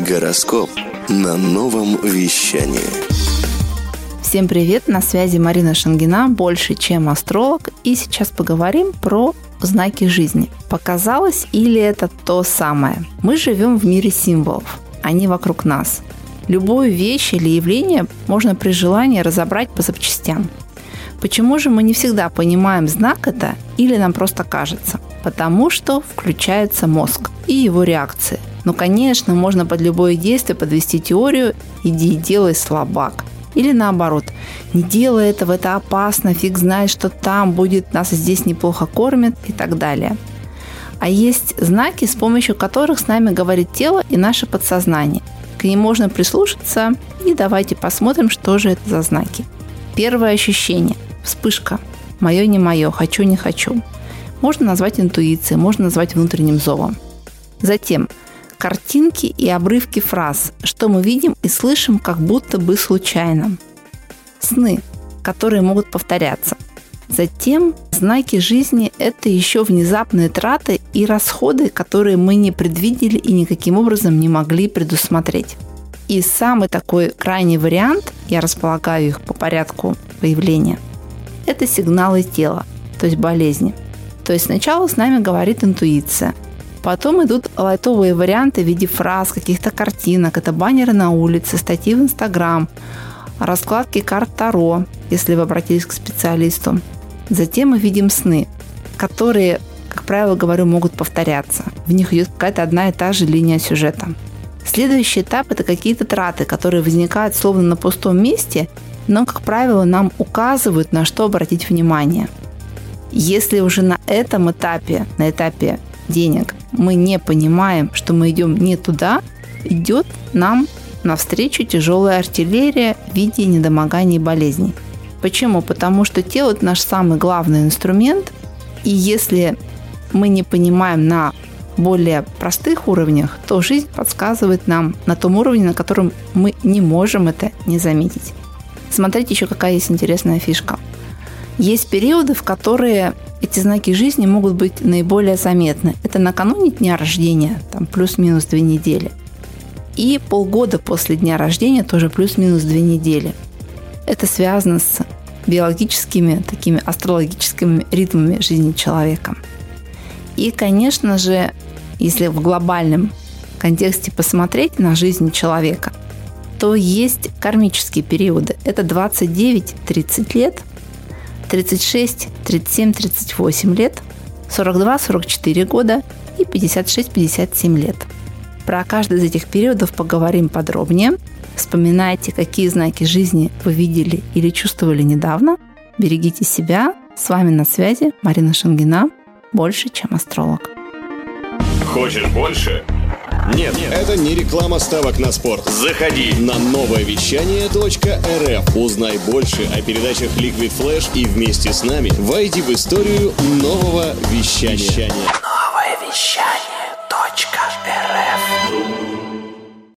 Гороскоп на новом вещании. Всем привет, на связи Марина Шангина, больше чем астролог, и сейчас поговорим про знаки жизни. Показалось или это то самое? Мы живем в мире символов, они вокруг нас. Любую вещь или явление можно при желании разобрать по запчастям. Почему же мы не всегда понимаем, знак это или нам просто кажется? Потому что включается мозг и его реакции. Ну, конечно, можно под любое действие подвести теорию «иди и делай, слабак». Или наоборот, не делай этого, это опасно, фиг знает, что там будет, нас здесь неплохо кормят и так далее. А есть знаки, с помощью которых с нами говорит тело и наше подсознание. К ним можно прислушаться, и давайте посмотрим, что же это за знаки. Первое ощущение – вспышка. Мое, не мое, хочу, не хочу. Можно назвать интуицией, можно назвать внутренним зовом. Затем картинки и обрывки фраз, что мы видим и слышим как будто бы случайно. Сны, которые могут повторяться. Затем знаки жизни – это еще внезапные траты и расходы, которые мы не предвидели и никаким образом не могли предусмотреть. И самый такой крайний вариант, я располагаю их по порядку появления, это сигналы тела, то есть болезни. То есть сначала с нами говорит интуиция, потом идут лайтовые варианты в виде фраз, каких-то картинок, это баннеры на улице, статьи в Инстаграм, раскладки карт Таро, если вы обратились к специалисту. Затем мы видим сны, которые, как правило, говорю, могут повторяться. В них идет какая-то одна и та же линия сюжета. Следующий этап – это какие-то траты, которые возникают словно на пустом месте, но, как правило, нам указывают, на что обратить внимание. Если уже на этом этапе, на этапе денег, мы не понимаем, что мы идем не туда, идет нам навстречу тяжелая артиллерия в виде недомоганий и болезней. Почему? Потому что тело – это наш самый главный инструмент, и если мы не понимаем на более простых уровнях, то жизнь подсказывает нам на том уровне, на котором мы не можем это не заметить. Смотрите, еще какая есть интересная фишка. Есть периоды, в которые эти знаки жизни могут быть наиболее заметны. Это накануне дня рождения, там плюс-минус 2 недели. И полгода после дня рождения, тоже плюс-минус 2 недели. Это связано с биологическими, такими астрологическими ритмами жизни человека. И, конечно же, если в глобальном контексте посмотреть на жизнь человека, то есть кармические периоды. Это 29-30 лет, 36, 37, 38 лет, 42, 44 года и 56, 57 лет. Про каждый из этих периодов поговорим подробнее. Вспоминайте, какие знаки жизни вы видели или чувствовали недавно. Берегите себя. С вами на связи Марина Шангина, больше чем астролог. Хочешь больше? Нет, это не реклама ставок на спорт. Заходи на нововещание.рф. Узнай больше о передачах Liquid Flash и вместе с нами войди в историю нового вещания. Новое вещание.